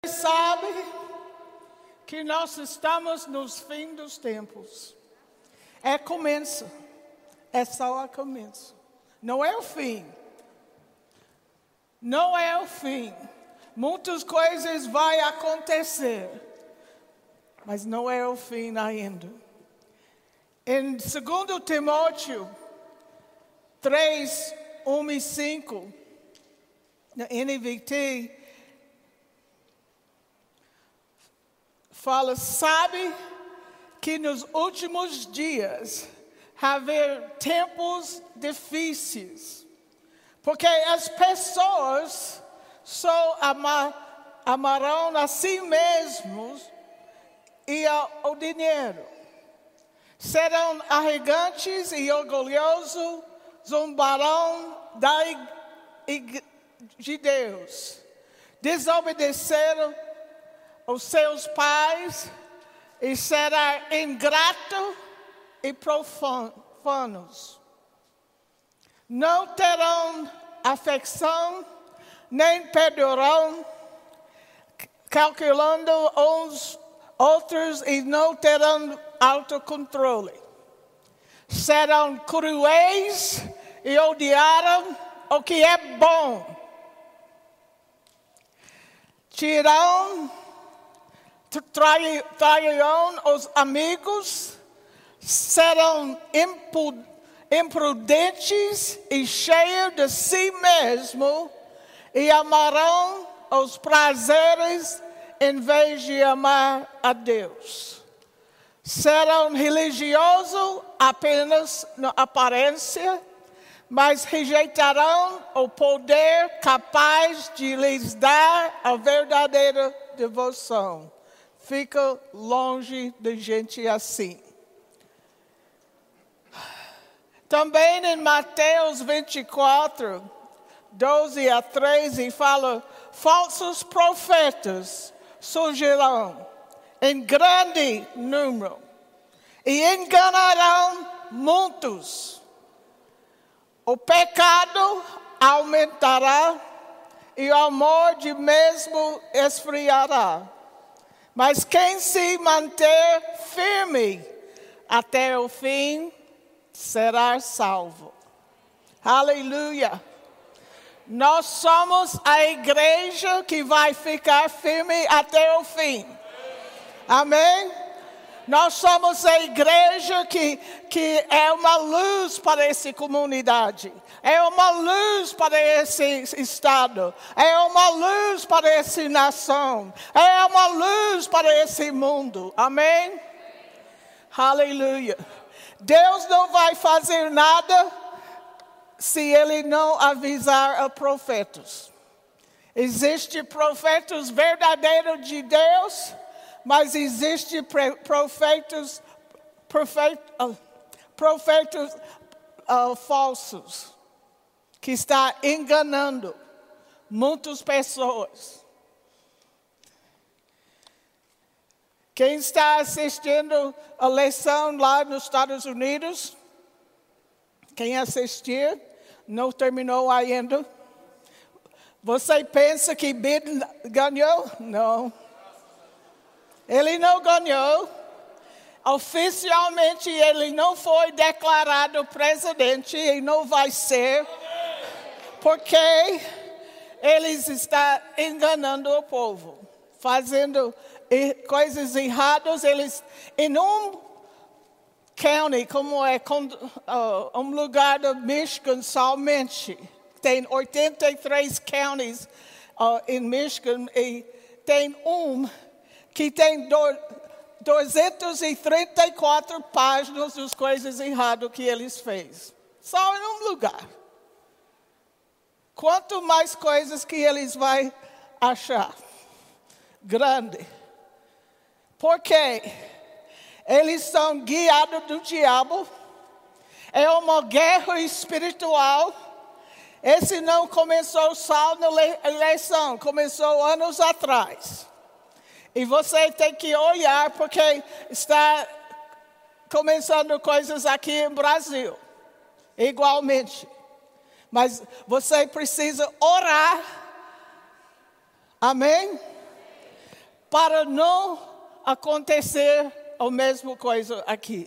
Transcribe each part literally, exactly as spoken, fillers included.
Sabe que nós estamos nos fins dos tempos. É começo. É só o começo. Não é o fim. Não é o fim. Muitas coisas vão acontecer. Mas não é o fim ainda. Em segundo Timóteo três, um e cinco, na N V T, fala, sabe que nos últimos dias haver tempos difíceis, porque as pessoas só amar, amarão a si mesmos e ao dinheiro. Serão arrogantes e orgulhosos, zombarão da igreja de Deus. Desobedeceram os seus pais e serão ingratos e profanos. Não terão afeição, nem perdoarão, calculando uns outros e não terão autocontrole. Serão cruéis e odiarão o que é bom. Tirarão, trairão os amigos, serão imprudentes e cheios de si mesmo e amarão os prazeres em vez de amar a Deus. Serão religiosos apenas na aparência, mas rejeitarão o poder capaz de lhes dar a verdadeira devoção. Fica longe de gente assim. Também em Mateus vinte e quatro, doze a treze, fala, falsos profetas surgirão em grande número e enganarão muitos. O pecado aumentará e o amor de mesmo esfriará. Mas quem se manter firme até o fim será salvo. Aleluia. Nós somos a igreja que vai ficar firme até o fim. Amém? Nós somos a igreja que, que é uma luz para essa comunidade. É uma luz para esse estado. É uma luz para essa nação. É uma luz para esse mundo. Amém? Aleluia. Deus não vai fazer nada se Ele não avisar a profetas. Existem profetas verdadeiros de Deus, mas existem profetas, profetas, profetas uh, falsos que estão enganando muitas pessoas. Quem está assistindo a lição lá nos Estados Unidos? Quem assistiu? Não terminou ainda? Você pensa que Biden ganhou? Não. Ele não ganhou. Oficialmente ele não foi declarado presidente e não vai ser. Porque eles estão enganando o povo. Fazendo coisas erradas. Eles, em um county, como é uh, um lugar do Michigan somente, tem oitenta e três counties uh, em Michigan e tem um que tem duzentas e trinta e quatro páginas das coisas erradas que eles fez. Só em um lugar. Quanto mais coisas que eles vão achar? Grande. Por quê? Eles são guiados do diabo. É uma guerra espiritual. Esse não começou só na eleição, começou anos atrás. E você tem que olhar porque está começando coisas aqui em Brasil, igualmente. Mas você precisa orar. Amém? para não acontecer a mesma coisa aqui.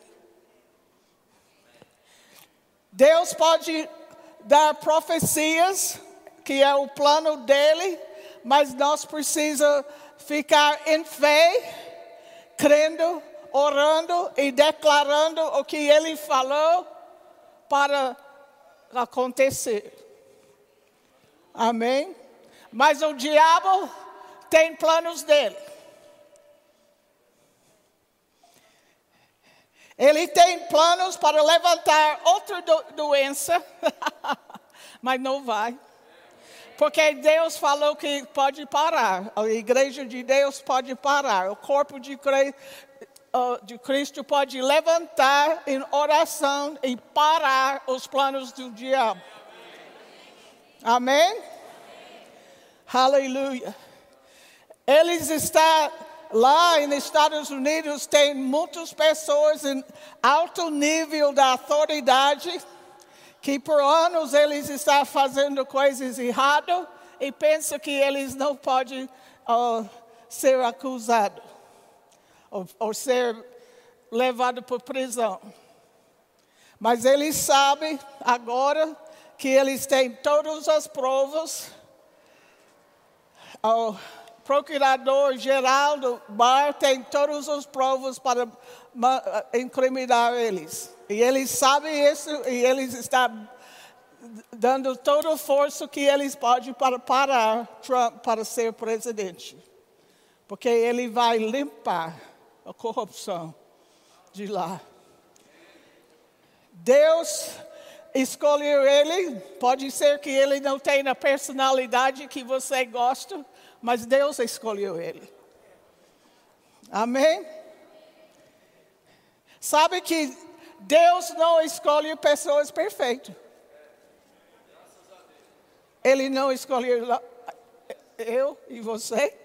Deus pode dar profecias, que é o plano dele, mas nós precisamos ficar em fé, crendo, orando e declarando o que ele falou para acontecer. Amém? Mas o diabo tem planos dele. Ele tem planos para levantar outra do- doença, mas não vai. Porque Deus falou que pode parar. A igreja de Deus pode parar. O corpo de, de Cristo pode levantar em oração e parar os planos do diabo. Amém? Aleluia. Eles estão lá nos Estados Unidos, tem muitas pessoas em alto nível da autoridade que por anos eles estão fazendo coisas erradas e pensam que eles não podem uh, ser acusados ou, ou ser levados para prisão. Mas eles sabem agora que eles têm todas as provas. O procurador-geral do bar tem todas as provas para incriminar eles. E eles sabem isso e eles estão dando toda a força que eles podem para parar Trump para ser presidente. Porque ele vai limpar a corrupção de lá. Deus escolheu ele. Pode ser que ele não tenha a personalidade que você gosta, mas Deus escolheu ele. Amém? Sabe que Deus não escolhe pessoas perfeitas. Ele não escolheu eu e você.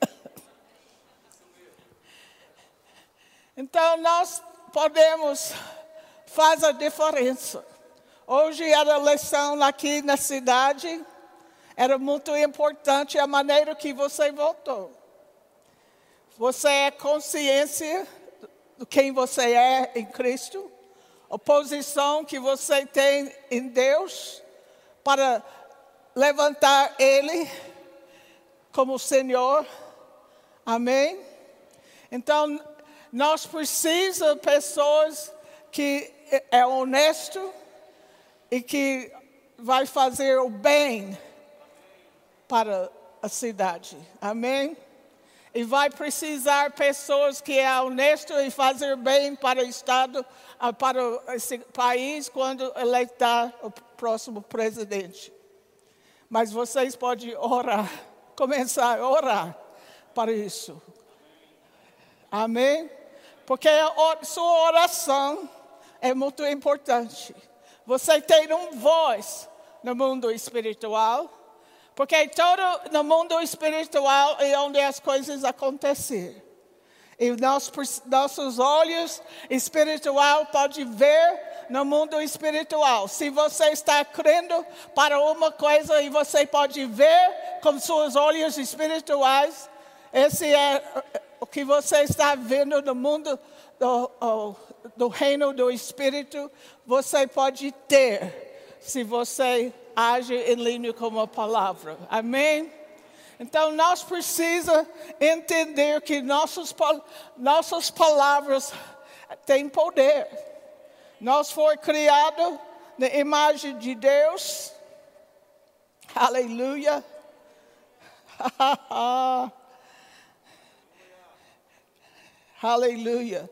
Então nós podemos fazer a diferença. Hoje era lição aqui na cidade. Era muito importante a maneira que você votou. Você é consciência de quem você é em Cristo. A posição que você tem em Deus para levantar Ele como Senhor. Amém? Então, nós precisamos de pessoas que é honesto e que vai fazer o bem para a cidade. Amém? E vai precisar pessoas que é honesto e fazer bem para o Estado, para esse país, quando eleitar o próximo presidente. Mas vocês podem orar, começar a orar para isso. Amém? Porque a sua oração é muito importante. Você tem uma voz no mundo espiritual. Porque todo no mundo espiritual é onde as coisas acontecem. E nós, nossos olhos espirituais podem ver no mundo espiritual. Se você está crendo para uma coisa e você pode ver com seus olhos espirituais, esse é o que você está vendo no mundo do, do reino do Espírito, você pode ter, se você age em linha com a palavra. Amém? Então, nós precisamos entender que nossas, nossas palavras têm poder. Nós fomos criados na imagem de Deus. Aleluia. Aleluia.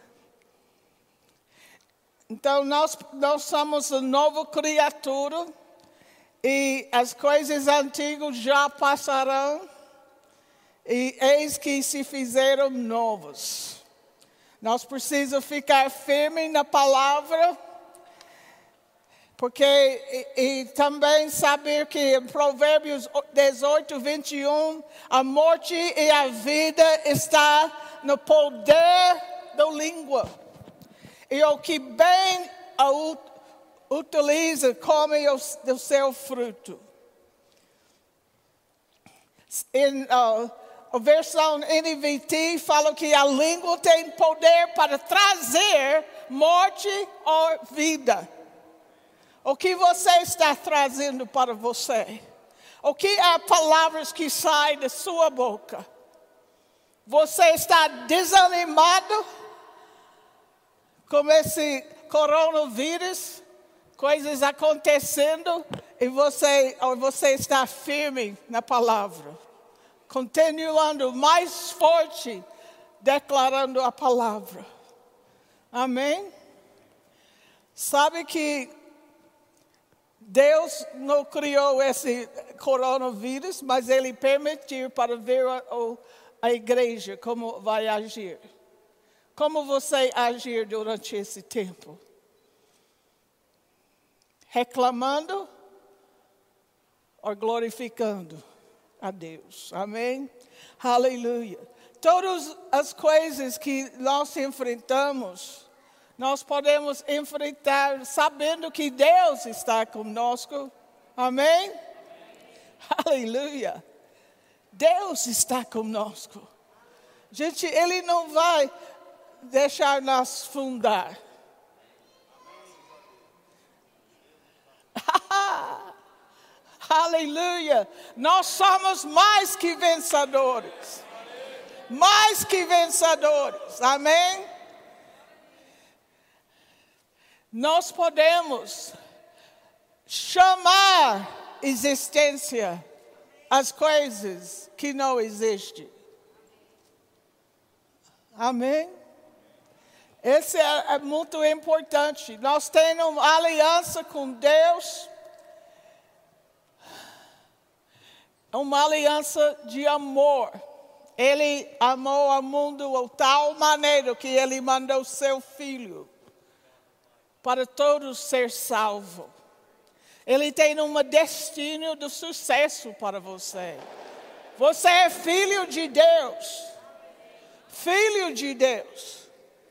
Então, nós, nós somos uma nova criatura. E as coisas antigas já passarão, e eis que se fizeram novas. Nós precisamos ficar firmes na palavra, porque e, e também saber que em Provérbios dezoito, vinte e um, a morte e a vida está no poder da língua. E o que bem a utiliza, come o, o seu fruto. Em, uh, a versão N V T fala que a língua tem poder para trazer morte ou vida. O que você está trazendo para você? O que é palavras que saem da sua boca? Você está desanimado com esse coronavírus? Coisas acontecendo e você, ou você está firme na palavra. Continuando mais forte, declarando a palavra. Amém? Sabe que Deus não criou esse coronavírus, mas Ele permitiu para ver a, a igreja como vai agir. Como você agir durante esse tempo? Reclamando ou glorificando a Deus. Amém? Aleluia. Todas as coisas que nós enfrentamos, nós podemos enfrentar sabendo que Deus está conosco. Amém? Aleluia. Deus está conosco. Gente, Ele não vai deixar nós fundar. Aleluia. Nós somos mais que vencedores. Mais que vencedores. Amém? Nós podemos chamar existência as coisas que não existem. Amém? Esse é, é muito importante. Nós temos uma aliança com Deus. Uma aliança de amor. Ele amou o mundo de tal maneira que Ele mandou seu Filho para todos ser salvos. Ele tem um destino de sucesso para você. Você é filho de Deus. Filho de Deus.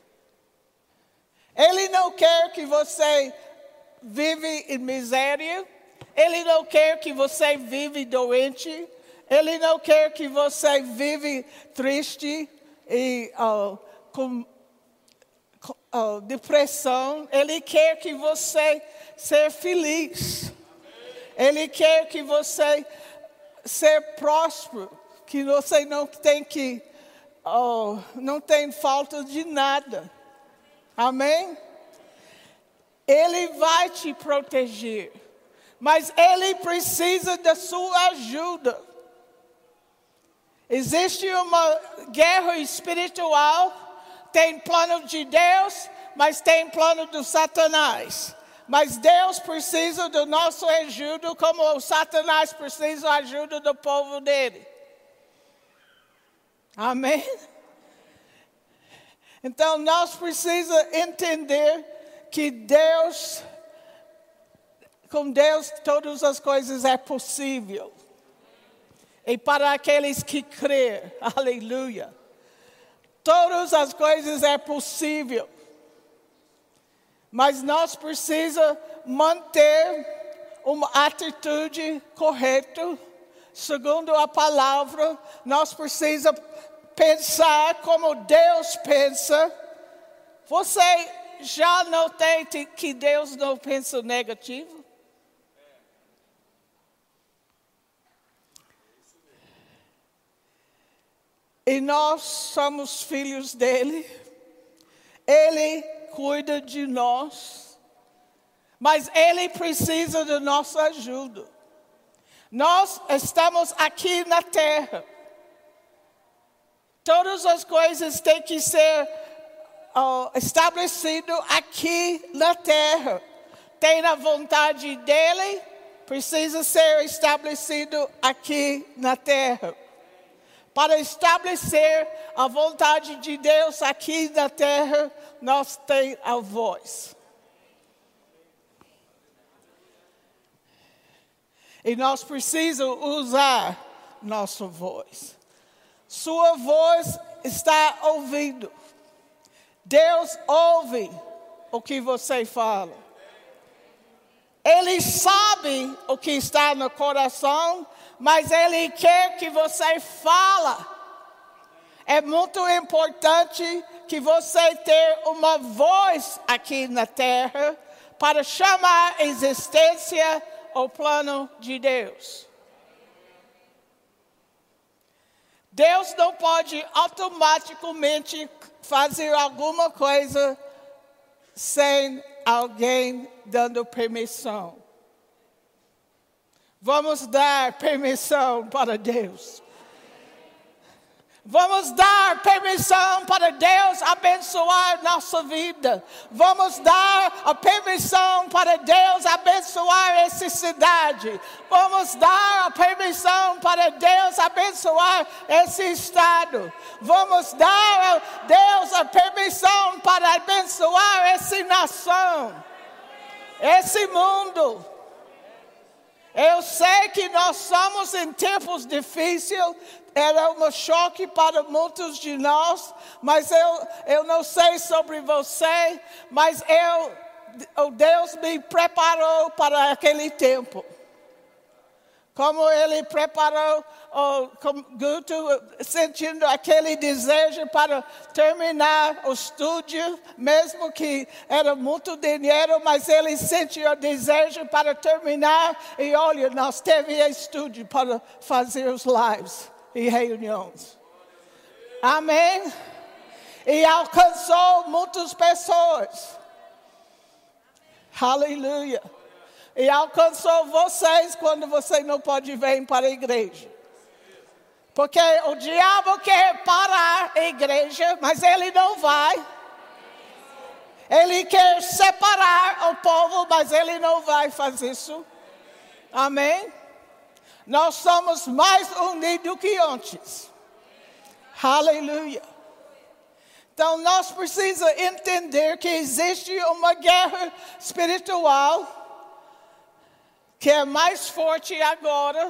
Ele não quer que você vive em miséria. Ele não quer que você vive doente. Ele não quer que você vive triste e uh, com, com uh, depressão. Ele quer que você seja feliz. Ele quer que você seja próspero, que você não tem que uh, não tem falta de nada. Amém? Ele vai te proteger. Mas Ele precisa da sua ajuda. Existe uma guerra espiritual. Tem plano de Deus, mas tem plano do Satanás. Mas Deus precisa do nosso ajuda, como o Satanás precisa da ajuda do povo dele. Amém? Então nós precisamos entender que Deus... Com Deus todas as coisas é possível. E para aqueles que crêem, aleluia. Todas as coisas é possível. Mas nós precisamos manter uma atitude correta, segundo a palavra. Nós precisamos pensar como Deus pensa. Você já notei que Deus não pensa negativo? E nós somos filhos dele. Ele cuida de nós. Mas Ele precisa da nossa ajuda. Nós estamos aqui na terra. Todas as coisas têm que ser uh, estabelecidas aqui na terra. Tem a vontade dele, precisa ser estabelecido aqui na terra. Para estabelecer a vontade de Deus aqui na terra, nós temos a voz. E nós precisamos usar nossa voz. Sua voz está ouvindo. Deus ouve o que você fala. Ele sabe o que está no coração, mas Ele quer que você fala É muito importante que você tenha uma voz aqui na terra para chamar a existência o plano de Deus. Deus não pode automaticamente fazer alguma coisa sem alguém dando permissão. Vamos dar permissão para Deus. Vamos dar permissão para Deus abençoar nossa vida. Vamos dar a permissão para Deus abençoar essa cidade. Vamos dar a permissão para Deus abençoar esse estado. Vamos dar a Deus a permissão para abençoar essa nação, esse mundo. Eu sei que nós somos em tempos difíceis, era um choque para muitos de nós, mas eu, eu não sei sobre você, mas eu, Deus me preparou para aquele tempo. Como Ele preparou o Guto, sentindo aquele desejo para terminar o estudo, mesmo que era muito dinheiro, mas ele sentiu o desejo para terminar. E olha, nós tivemos estudo para fazer os lives e reuniões. Amém? E alcançou muitas pessoas. Aleluia. E alcançou vocês quando você não pode vir para a igreja. Porque o diabo quer parar a igreja, mas ele não vai. Ele quer separar o povo, mas ele não vai fazer isso. Amém? Nós somos mais unidos que antes. Aleluia. Então nós precisamos entender que existe uma guerra espiritual que é mais forte agora.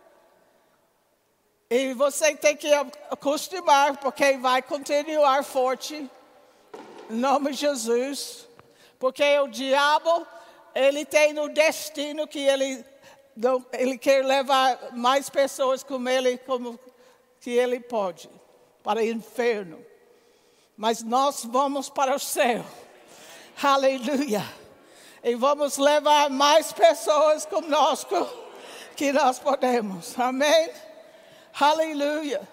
E você tem que acostumar, porque vai continuar forte. Em nome de Jesus. Porque o diabo, ele tem no destino que ele, ele quer levar mais pessoas com ele como que ele pode. Para o inferno. Mas nós vamos para o céu. Aleluia. E vamos levar mais pessoas conosco que nós podemos. Amém? Aleluia.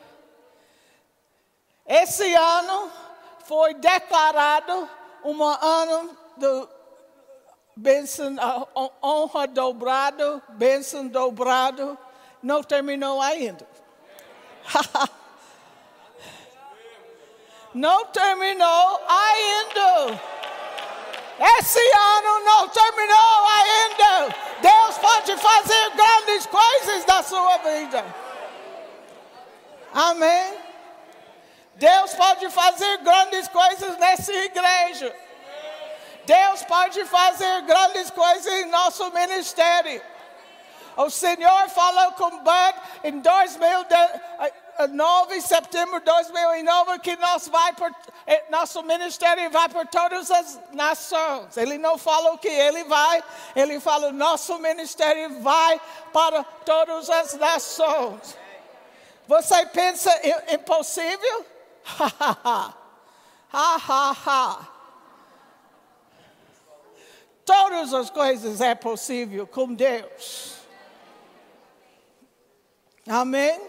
Esse ano foi declarado um ano de bênção, honra dobrado, bênção dobrado. Não terminou ainda. Não terminou ainda. Esse ano não terminou ainda. Deus pode fazer grandes coisas na sua vida. Amém? Deus pode fazer grandes coisas nessa igreja. Deus pode fazer grandes coisas em nosso ministério. O Senhor falou com Bud em dois mil e nove, setembro de dois mil e nove, que nós vai por, nosso ministério vai por todas as nações. Ele não falou que ele vai, ele falou nosso ministério vai para todas as nações. Você pensa impossível? Ha, ha, ha. Ha, ha, ha. Todas as coisas é possível com Deus. Amém?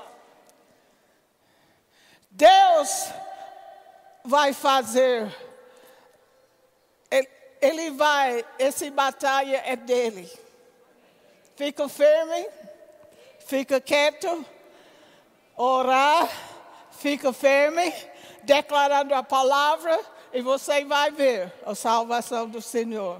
Deus vai fazer, ele, ele vai, essa batalha é dele. Fica firme, fica quieto, orar, fica firme, declarando a palavra, e você vai ver a salvação do Senhor.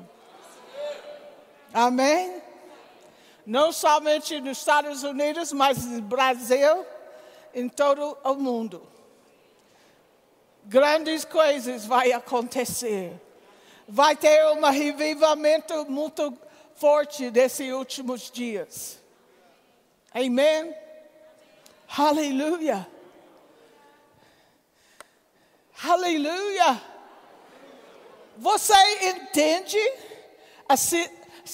Amém? Não somente nos Estados Unidos, mas no Brasil, em todo o mundo. Grandes coisas vão acontecer. Vai ter um revivamento muito forte desses últimos dias. Amém? Aleluia. Aleluia. Você entende a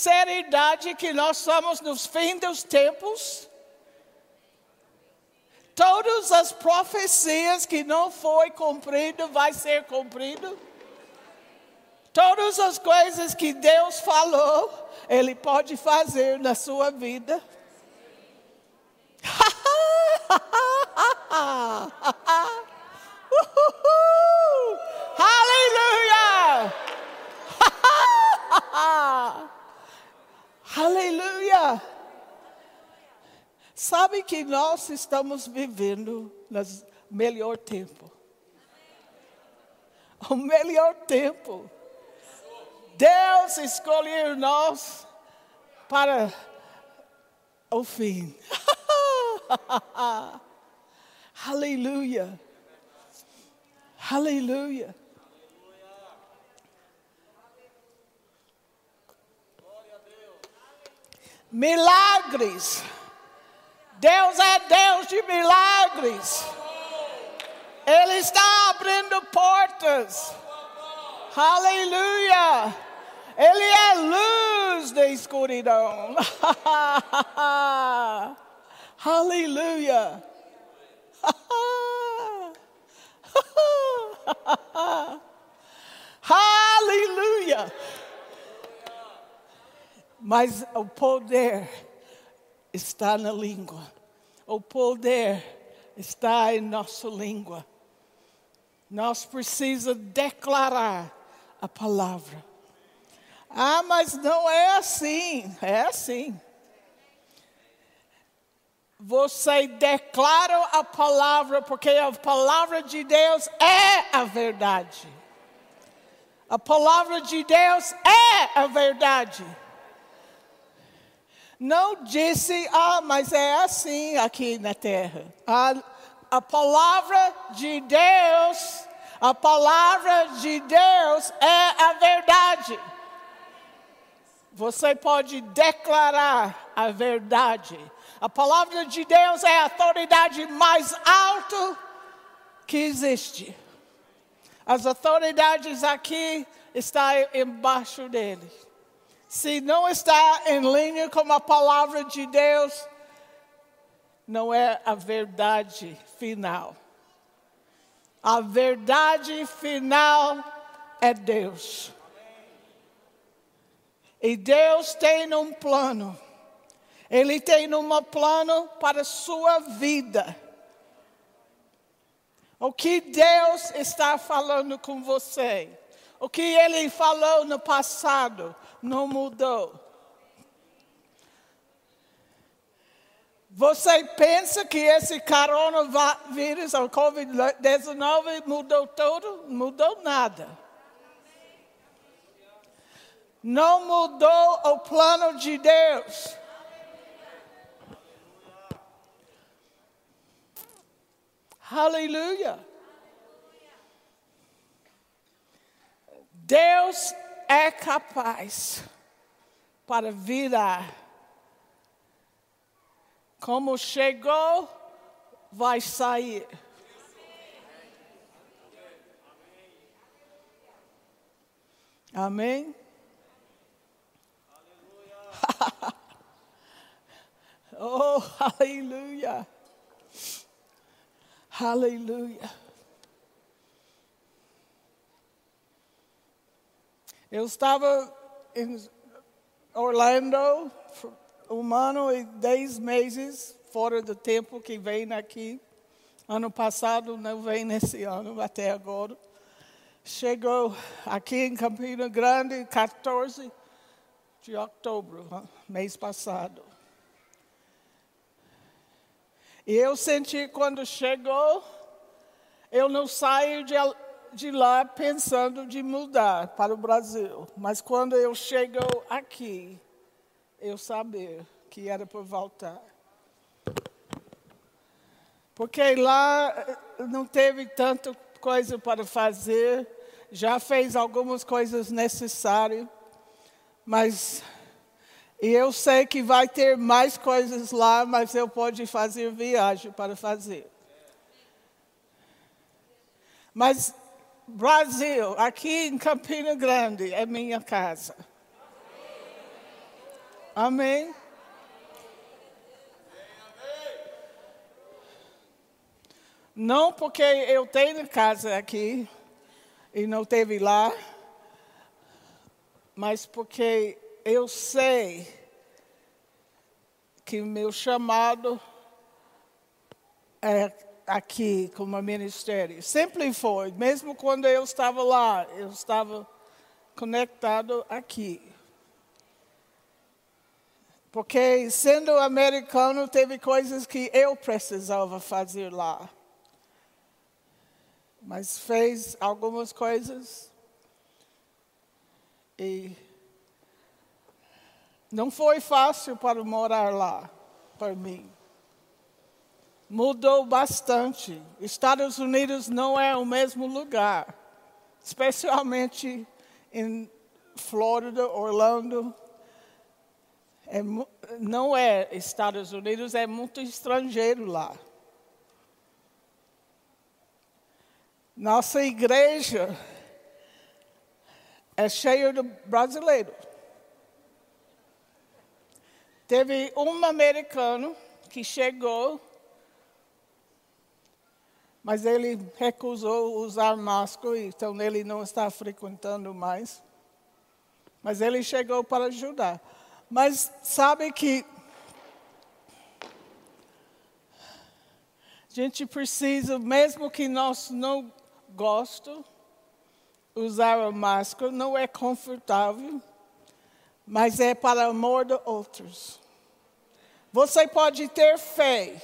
seriedade que nós somos nos fins dos tempos? Todas as profecias que não foi cumprido vai ser cumprido. Todas as coisas que Deus falou, Ele pode fazer na sua vida. Aleluia! Aleluia! Sabe que nós estamos vivendo no melhor tempo. O melhor tempo. Deus escolheu nós para o fim. Aleluia. Aleluia. Milagres. Deus é Deus de milagres. Ele está abrindo portas. Aleluia. Ele é luz da escuridão. Aleluia. Aleluia. Mas o poder está na língua. O poder está em nossa língua. Nós precisamos declarar a palavra. Ah, mas não é assim. É assim. Você declara a palavra porque a palavra de Deus é a verdade. A palavra de Deus é a verdade. Não disse, ah, mas é assim aqui na terra. A, a palavra de Deus, a palavra de Deus é a verdade. Você pode declarar a verdade. A palavra de Deus é a autoridade mais alta que existe. As autoridades aqui estão embaixo dele. Se não está em linha com a palavra de Deus, não é a verdade final. A verdade final é Deus. E Deus tem um plano. Ele tem um plano para a sua vida. O que Deus está falando com você? O que Ele falou no passado não mudou. Você pensa que esse coronavírus, o covid dezenove, mudou tudo? Não mudou nada. Não mudou o plano de Deus. Aleluia. Deus é capaz para virar. Como chegou, vai sair. Amém? Oh, aleluia. Aleluia. Eu estava em Orlando, um ano e dez meses, fora do tempo que vem aqui. Ano passado, não vem nesse ano, até agora. Chegou aqui em Campina Grande, quatorze de outubro, mês passado. E eu senti quando chegou, eu não saio de, de lá pensando de mudar para o Brasil. Mas quando eu chego aqui, eu sabia que era para voltar. Porque lá não teve tanta coisa para fazer, já fez algumas coisas necessárias, mas eu sei que vai ter mais coisas lá, mas eu posso fazer viagem para fazer. Mas Brasil, aqui em Campina Grande, é minha casa. Amém? Não porque eu tenho casa aqui e não teve lá, mas porque eu sei que meu chamado é aqui como ministério. Sempre foi, mesmo quando eu estava lá, eu estava conectado aqui. Porque sendo americano, teve coisas que eu precisava fazer lá. Mas fez algumas coisas e não foi fácil para morar lá, para mim. Mudou bastante. Estados Unidos não é o mesmo lugar, especialmente em Flórida, Orlando. É, não é Estados Unidos, é muito estrangeiro lá. Nossa igreja é cheia de brasileiros. Teve um americano que chegou, mas ele recusou usar máscara, então ele não está frequentando mais. Mas ele chegou para ajudar. Mas sabe que a gente precisa, mesmo que nós não gostemos, usar a máscara, não é confortável, mas é para amor de outros. Você pode ter fé,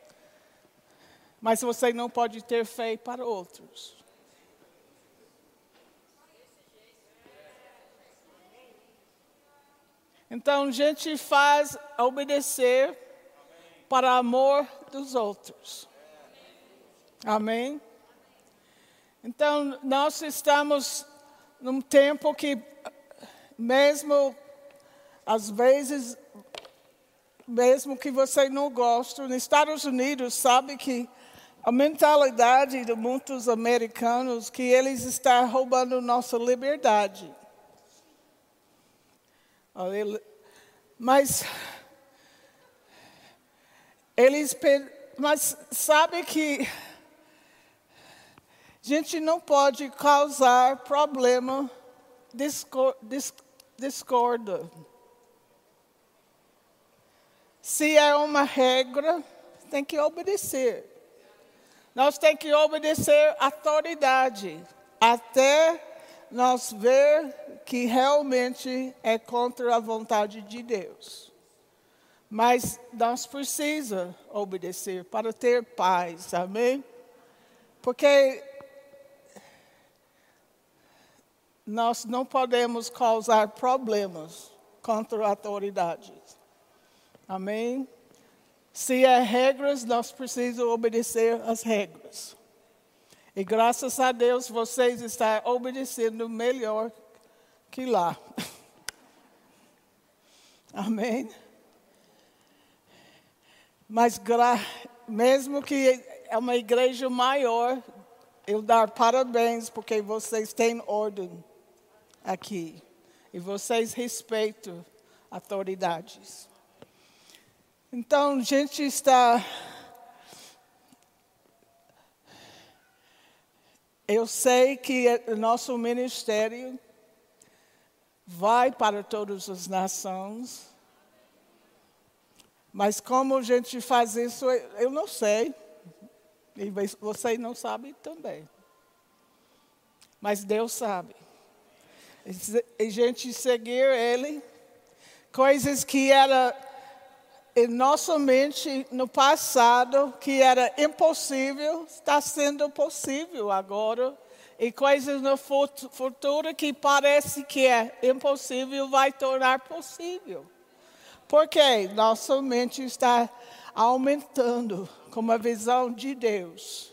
mas você não pode ter fé para outros. Então, a gente faz obedecer para amor dos outros. Amém? Então, nós estamos num tempo que, mesmo, às vezes, mesmo que você não goste, nos Estados Unidos, sabe que a mentalidade de muitos americanos que eles estão roubando nossa liberdade. Mas eles, mas sabe que a gente não pode causar problema, discorda. Se é uma regra, tem que obedecer. Nós temos que obedecer à autoridade, até nós ver que realmente é contra a vontade de Deus. Mas nós precisamos obedecer para ter paz, amém? Porque nós não podemos causar problemas contra a autoridade, amém? Se é regras, nós precisamos obedecer às regras. E graças a Deus, vocês estão obedecendo melhor que lá. Amém? Mas gra- mesmo que é uma igreja maior, eu dar parabéns, porque vocês têm ordem aqui. E vocês respeitam autoridades. Então, a gente está... Eu sei que o nosso ministério vai para todas as nações, mas como a gente faz isso, eu não sei, e você não sabe também. Mas Deus sabe. E a gente seguir Ele, coisas que eram em nossa mente no passado, que era impossível, está sendo possível agora. E coisas no futuro que parece que é impossível, vai tornar possível. Porque nossa mente está aumentando com uma visão de Deus.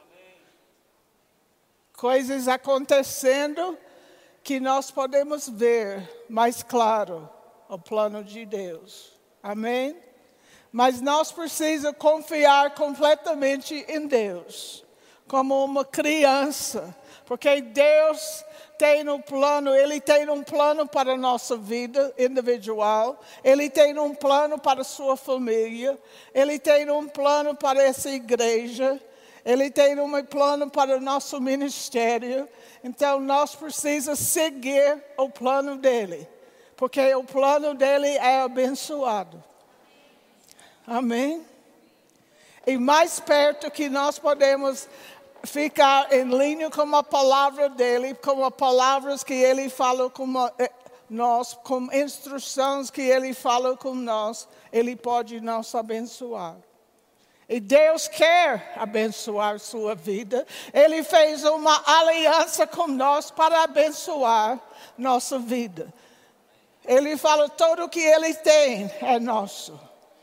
Coisas acontecendo que nós podemos ver mais claro o plano de Deus. Amém? Mas nós precisamos confiar completamente em Deus, como uma criança, porque Deus tem um plano, Ele tem um plano para a nossa vida individual, Ele tem um plano para a sua família, Ele tem um plano para essa igreja, Ele tem um plano para o nosso ministério. Então, nós precisamos seguir o plano dele. Porque o plano dele é abençoado. Amém? E mais perto que nós podemos ficar em linha com a palavra dele, com as palavras que ele fala com nós, com instruções que ele fala com nós, ele pode nos abençoar. E Deus quer abençoar sua vida. Ele fez uma aliança com nós para abençoar nossa vida. Ele fala, tudo que ele tem é nosso.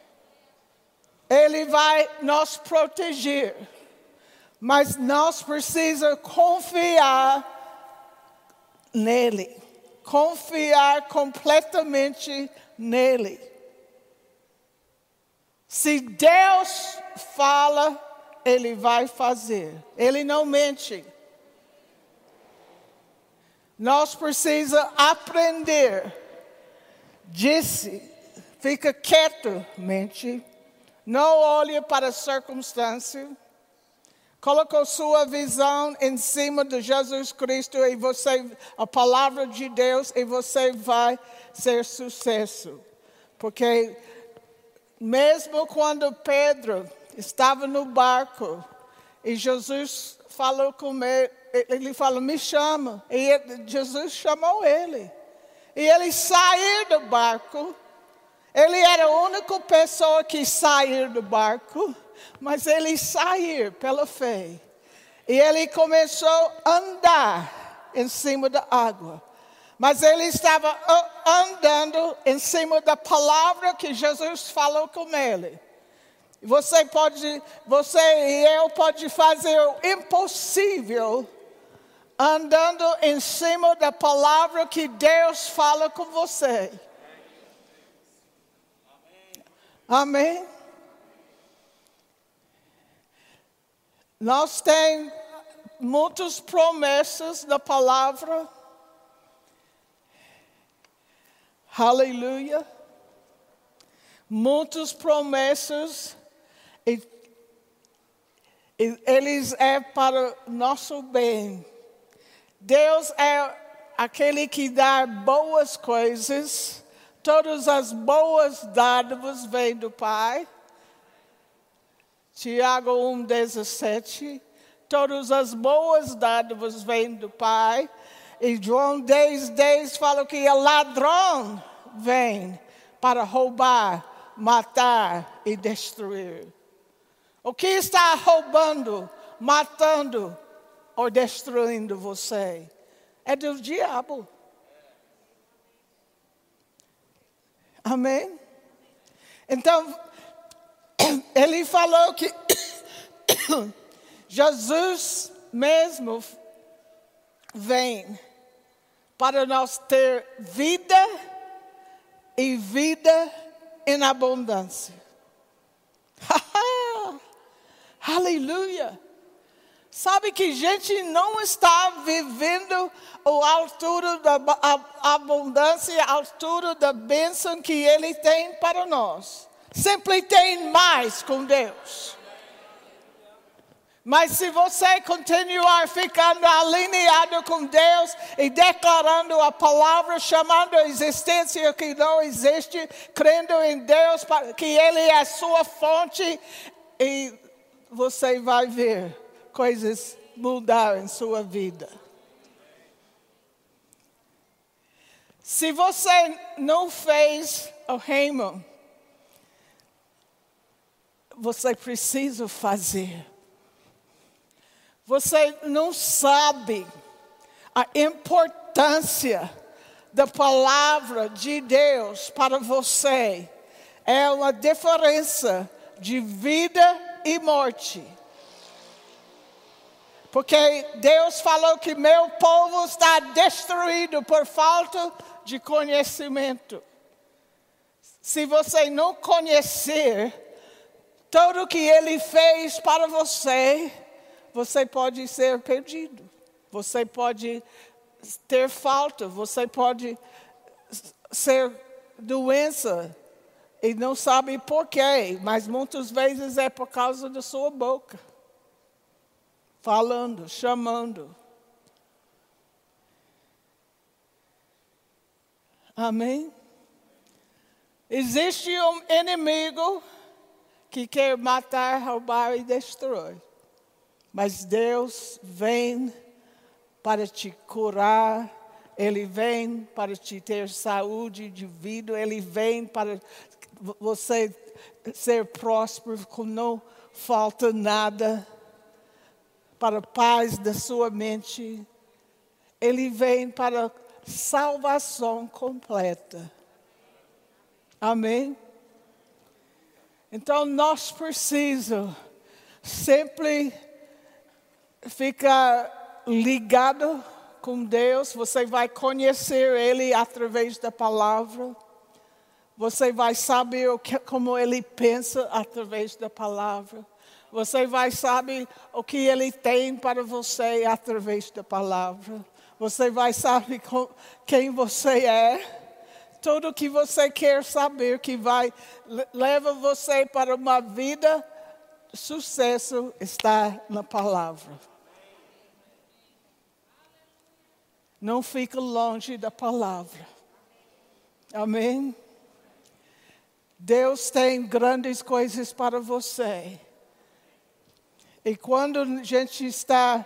Ele vai nos proteger. Mas nós precisamos confiar nele. Confiar completamente nele. Se Deus fala, ele vai fazer. Ele não mente. Nós precisamos aprender. Disse, fica quieto, mente. Não olhe para a circunstância. Colocou sua visão em cima de Jesus Cristo e você, a palavra de Deus, e você vai ser sucesso. Porque mesmo quando Pedro estava no barco e Jesus falou com ele, ele falou, me chama. E ele, Jesus chamou ele. E ele saiu do barco. Ele era a única pessoa que saiu do barco. Mas ele saiu pela fé. E ele começou a andar em cima da água. Mas ele estava andando em cima da palavra que Jesus falou com ele. Você pode, você e eu pode fazer o impossível andando em cima da palavra que Deus fala com você. Amém? Nós temos muitas promessas da palavra. Aleluia. Muitas promessas. E, e eles é para nosso bem. Deus é aquele que dá boas coisas. Todas as boas dádivas vêm do Pai. Tiago um, dezessete. Todas as boas dádivas vêm do Pai. E João dez, dez fala que o ladrão vem para roubar, matar e destruir. O que está roubando, matando ou destruindo você? É do diabo. Amém? Então, ele falou que Jesus mesmo vem para nós ter vida e vida em abundância. Aleluia! Sabe que gente não está vivendo a altura da a abundância, a altura da bênção que Ele tem para nós. Sempre tem mais com Deus. Mas se você continuar ficando alinhado com Deus e declarando a palavra, chamando a existência que não existe, crendo em Deus, que Ele é a sua fonte, e você vai ver coisas mudar em sua vida. Se você não fez o reino, você precisa fazer. Você não sabe a importância da palavra de Deus para você. É uma diferença de vida e morte. Porque Deus falou que meu povo está destruído por falta de conhecimento. Se você não conhecer tudo o que Ele fez para você, você pode ser perdido. Você pode ter falta. Você pode ser doença e não sabe por quê. Mas muitas vezes é por causa da sua boca. falando, chamando. Amém? Existe um inimigo que quer matar, roubar e destruir. Mas Deus vem para te curar. Ele vem para te ter saúde de vida. Ele vem para você ser próspero, que não falta nada. Para a paz da sua mente. Ele vem para salvação completa. Amém? Então, nós precisamos sempre ficar ligado com Deus. Você vai conhecer Ele através da palavra. Você vai saber o que, como Ele pensa através da palavra. Você vai saber o que Ele tem para você através da palavra. Você vai saber quem você é. Tudo o que você quer saber, que vai leva você para uma vida de sucesso, está na palavra. Não fique longe da palavra. Amém? Deus tem grandes coisas para você. E quando a gente está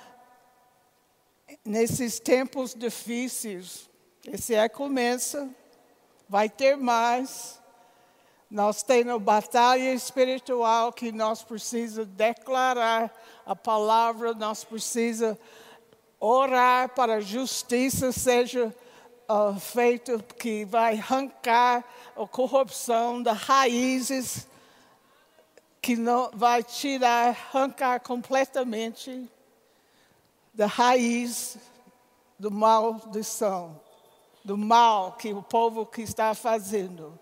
nesses tempos difíceis, esse é começa. Vai ter mais. Nós temos batalha espiritual que nós precisamos declarar a palavra. Nós precisamos orar para a justiça seja uh, feita, que vai arrancar a corrupção das raízes, que não vai tirar, arrancar completamente da raiz do maldição. Do mal que o povo que está fazendo.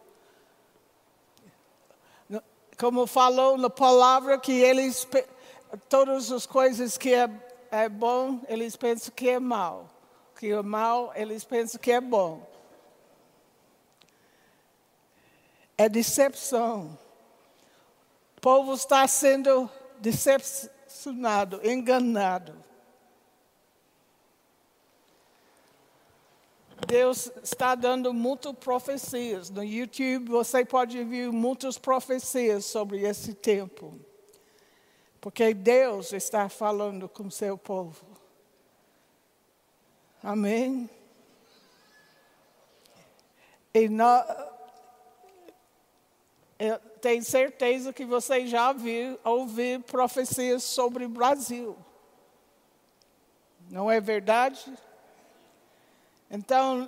Como falou na palavra que eles, todas as coisas que é, é bom, eles pensam que é mal. Que é mal, eles pensam que é bom. É decepção. O povo está sendo decepcionado, enganado. Deus está dando muitas profecias. No YouTube você pode ver muitas profecias sobre esse tempo. Porque Deus está falando com seu povo. Amém? E nós, eu tenho certeza que você já viu, ouviu profecias sobre o Brasil. Não é verdade? Então,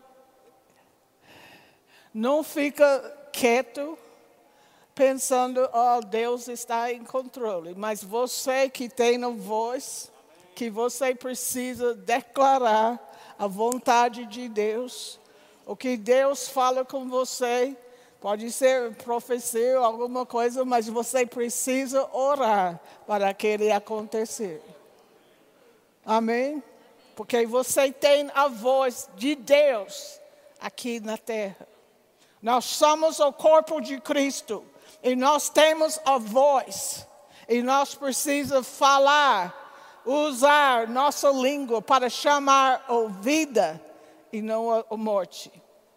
não fica quieto pensando, oh, Deus está em controle. Mas você que tem a voz, que você precisa declarar a vontade de Deus, o que Deus fala com você, pode ser profecia ou alguma coisa, mas você precisa orar para aquele acontecer. Amém? Porque você tem a voz de Deus aqui na terra. Nós somos o corpo de Cristo. E nós temos a voz. E nós precisamos falar, usar nossa língua para chamar a vida e não a morte.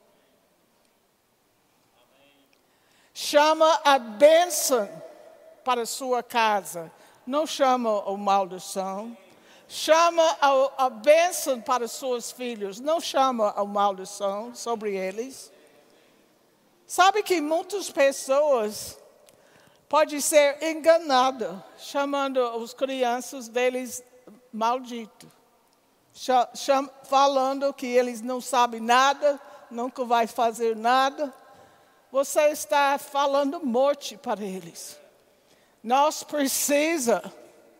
Chama a bênção para a sua casa. Não chama a maldição. Chama a, a bênção para seus filhos, não chama a maldição sobre eles. Sabe que muitas pessoas podem ser enganadas, chamando as crianças deles malditos. Cham, falando que eles não sabem nada, nunca vai fazer nada. Você está falando morte para eles. Nós precisamos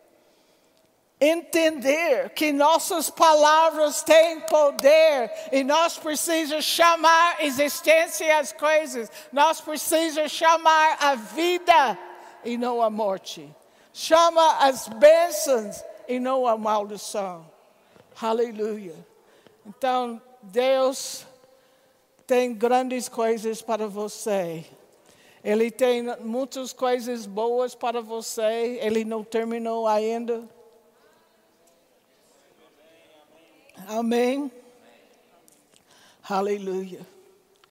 entender que nossas palavras têm poder e nós precisamos chamar a existência as coisas. Nós precisamos chamar a vida e não a morte. Chama as bênçãos e não a maldição. Aleluia. Então, Deus tem grandes coisas para você. Ele tem muitas coisas boas para você. Ele não terminou ainda. Amém? Aleluia.